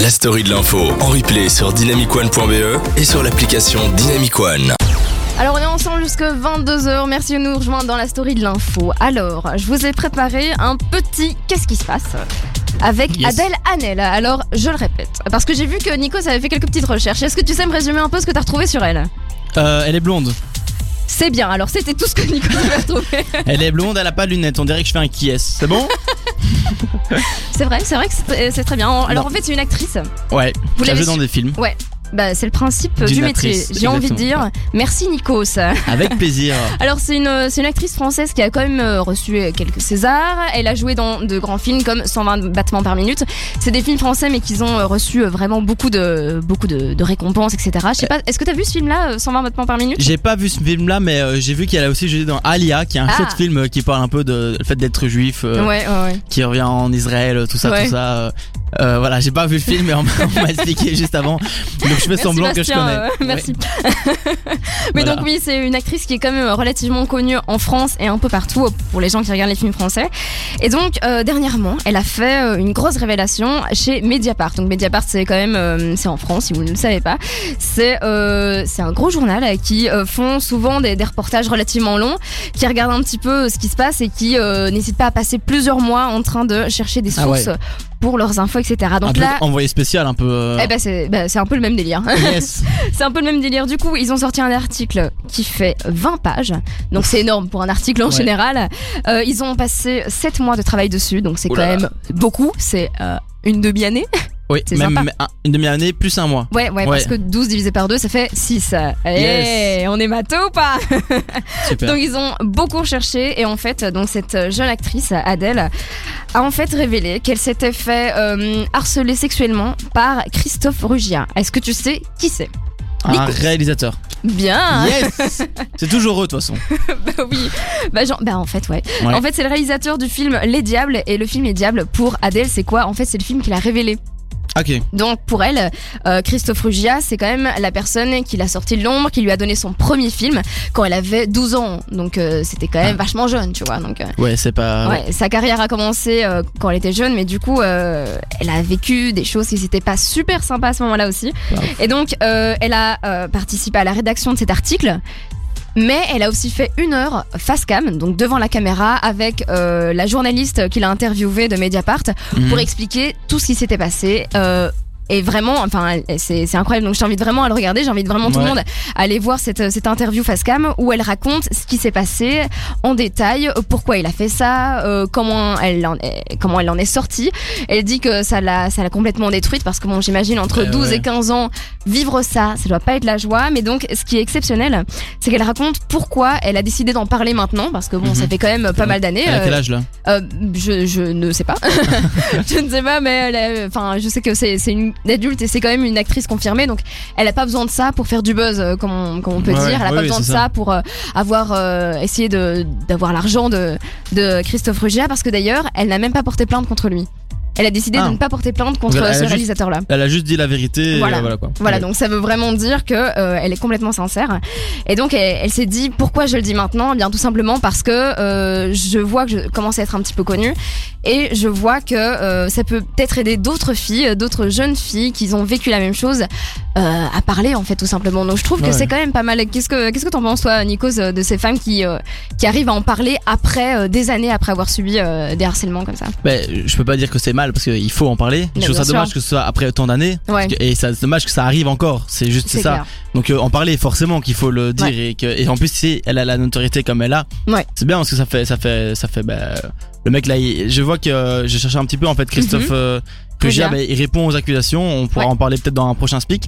la story de l'info en replay sur dynamicone.be et sur l'application Dynamic One. Alors on est ensemble jusqu'à 22h, merci de nous rejoindre dans la story de l'info. Alors, je vous ai préparé un petit qu'est-ce qui se passe avec Adèle Haenel. Alors, je le répète, parce que j'ai vu que Nikos avait fait quelques petites recherches. Est-ce que tu sais me résumer un peu ce que tu as retrouvé sur elle ? Elle est blonde. C'est bien, alors c'était tout ce que Nikos avait retrouvé. Elle est blonde, elle a pas de lunettes, on dirait que je fais un qui est. C'est bon ? C'est vrai que c'est très bien. Alors en fait c'est une actrice. Ouais, Vous qui a l'avez joué dans des films. Ouais. Bah, c'est le principe du métier. J'ai envie de dire merci Nikos. Avec plaisir. Alors c'est une actrice française qui a quand même reçu quelques Césars. Elle a joué dans de grands films comme 120 battements par minute. C'est des films français mais qui ont reçu vraiment beaucoup de récompenses, etc. Je sais pas, est-ce que t'as vu ce film-là, 120 battements par minute ? J'ai pas vu ce film-là, mais j'ai vu qu'elle a aussi joué dans Alia, qui est un chouette film qui parle un peu de le fait d'être juif, qui revient en Israël, tout ça. Voilà, j'ai pas vu le film, mais on m'a expliqué juste avant. Donc je fais semblant que je connais. Merci. Mais voilà. Donc oui, c'est une actrice qui est quand même relativement connue en France et un peu partout pour les gens qui regardent les films français. Et donc dernièrement, elle a fait une grosse révélation chez Mediapart. Donc Mediapart, c'est quand même c'est en France, si vous ne le savez pas. C'est un gros journal qui font souvent des reportages relativement longs, qui regardent un petit peu ce qui se passe et qui n'hésitent pas à passer plusieurs mois en train de chercher des sources. Pour leurs infos, etc. Donc un là, peu envoyé spécial, un peu. C'est un peu le même délire. Yes. C'est un peu le même délire. Du coup, ils ont sorti un article qui fait 20 pages. Donc c'est énorme pour un article en général. Ils ont passé 7 mois de travail dessus. Donc c'est quand même beaucoup. C'est une demi-année. Oui, même une demi-année plus un mois. Ouais, parce que 12 divisé par 2, ça fait 6. Yes. On est matos ou pas ? Super. Donc ils ont beaucoup recherché et en fait, donc cette jeune actrice, Adèle, a en fait révélé qu'elle s'était fait harceler sexuellement par Christophe Ruggia. Est-ce que tu sais qui c'est ? Un réalisateur. Bien. Yes. C'est toujours eux de toute façon. Oui. En fait, ouais. En fait, c'est le réalisateur du film Les Diables. Et le film Les Diables, pour Adèle, c'est quoi ? En fait, c'est le film qu'il a révélé. Ok. Donc pour elle, Christophe Ruggia, c'est quand même la personne qui l'a sorti de l'ombre, qui lui a donné son premier film quand elle avait 12 ans. Donc c'était quand même vachement jeune, tu vois. Donc c'est pas. Ouais, sa carrière a commencé quand elle était jeune, mais du coup, elle a vécu des choses qui n'étaient pas super sympas à ce moment-là aussi. Wow. Et donc elle a participé à la rédaction de cet article. Mais elle a aussi fait 1 heure face cam, donc devant la caméra, avec la journaliste qui l'a interviewée de Mediapart pour expliquer tout ce qui s'était passé. Et vraiment, enfin, c'est incroyable. Donc, je t'invite vraiment à le regarder. J'invite vraiment tout le monde à aller voir cette interview face cam où elle raconte ce qui s'est passé en détail, pourquoi il a fait ça, comment elle en est sortie. Elle dit que ça l'a complètement détruite parce que bon, j'imagine entre 12 et 15 ans, vivre ça doit pas être la joie. Mais donc, ce qui est exceptionnel, c'est qu'elle raconte pourquoi elle a décidé d'en parler maintenant parce que bon, ça fait quand même pas mal d'années. Elle a quel âge là ? Je ne sais pas. Je ne sais pas, mais je sais que c'est une adulte et c'est quand même une actrice confirmée, donc elle a pas besoin de ça pour faire du buzz, comme on peut dire. Elle a pas besoin de ça pour essayer d'avoir l'argent de Christophe Ruggia, parce que d'ailleurs elle n'a même pas porté plainte contre lui. Elle a décidé de ne pas porter plainte contre ce réalisateur-là. Elle a juste dit la vérité. Voilà, donc ça veut vraiment dire que elle est complètement sincère. Et donc elle s'est dit pourquoi je le dis maintenant ? Eh bien tout simplement parce que je vois que je commence à être un petit peu connue et je vois que ça peut peut-être aider d'autres filles, d'autres jeunes filles qui ont vécu la même chose à parler en fait tout simplement. Donc je trouve que c'est quand même pas mal. Qu'est-ce que t'en penses toi, Nikos, de ces femmes qui arrivent à en parler après des années après avoir subi des harcèlements comme ça ? Je peux pas dire que c'est mal parce qu'il faut en parler. Je trouve ça dommage que ce soit après autant d'années et c'est dommage que ça arrive encore. C'est juste ça. Clair. Donc en parler forcément qu'il faut le dire et en plus si elle a la notoriété comme elle a, c'est bien parce que ça fait le mec là je vois que j'ai cherché un petit peu en fait Christophe Ruggia, il répond aux accusations. On pourra en parler peut-être dans un prochain speak.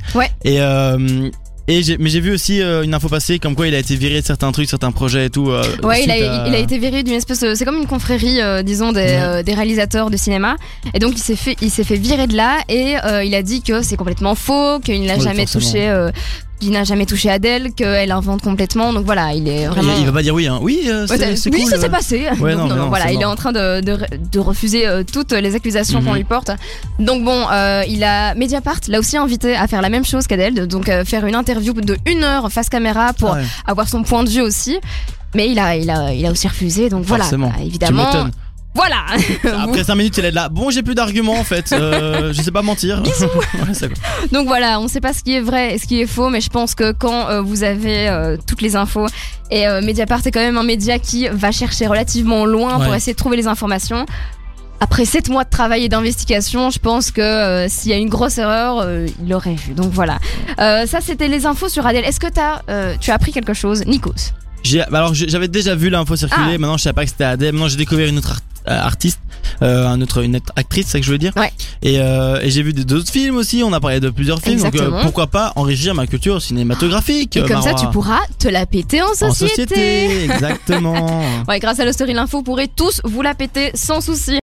Mais j'ai vu aussi une info passer comme quoi il a été viré de certains trucs, certains projets et tout. Il a été viré d'une espèce c'est comme une confrérie disons des réalisateurs de cinéma, et donc il s'est fait virer de là et il a dit que c'est complètement faux, qu'il n'a jamais touché il n'a jamais touché Adèle, qu'elle invente complètement. Donc voilà, il est vraiment. Il va pas dire oui, hein. C'est cool. Oui, ça s'est passé. Non, voilà, il est en train de refuser toutes les accusations qu'on lui porte. Donc bon, Mediapart l'a aussi invité à faire la même chose qu'Adèle, donc faire une interview de 1 heure face caméra pour avoir son point de vue aussi. Mais il a aussi refusé. Donc forcément. Voilà, évidemment. Voilà. Après 5 minutes, il est là. Bon, j'ai plus d'arguments en fait. Je sais pas mentir. Bisous. Ouais, c'est quoi. Donc voilà, on sait pas ce qui est vrai et ce qui est faux, mais je pense que quand vous avez toutes les infos, et Mediapart est quand même un média qui va chercher relativement loin pour essayer de trouver les informations. Après 7 mois de travail et d'investigation, je pense que s'il y a une grosse erreur, il l'aurait vu. Donc voilà. Ça, c'était les infos sur Adèle. Est-ce que tu as appris quelque chose, Nikos? Alors j'avais déjà vu l'info circuler, maintenant je savais pas que c'était Adèle. Maintenant j'ai découvert une autre artiste, une autre actrice, c'est ça que je veux dire. Ouais. Et j'ai vu d'autres films aussi, on a parlé de plusieurs films. Exactement. Donc pourquoi pas enrichir ma culture cinématographique. Et comme ça tu pourras te la péter en société. Exactement. Ouais, grâce à la story l'info, vous pourrez tous vous la péter sans souci.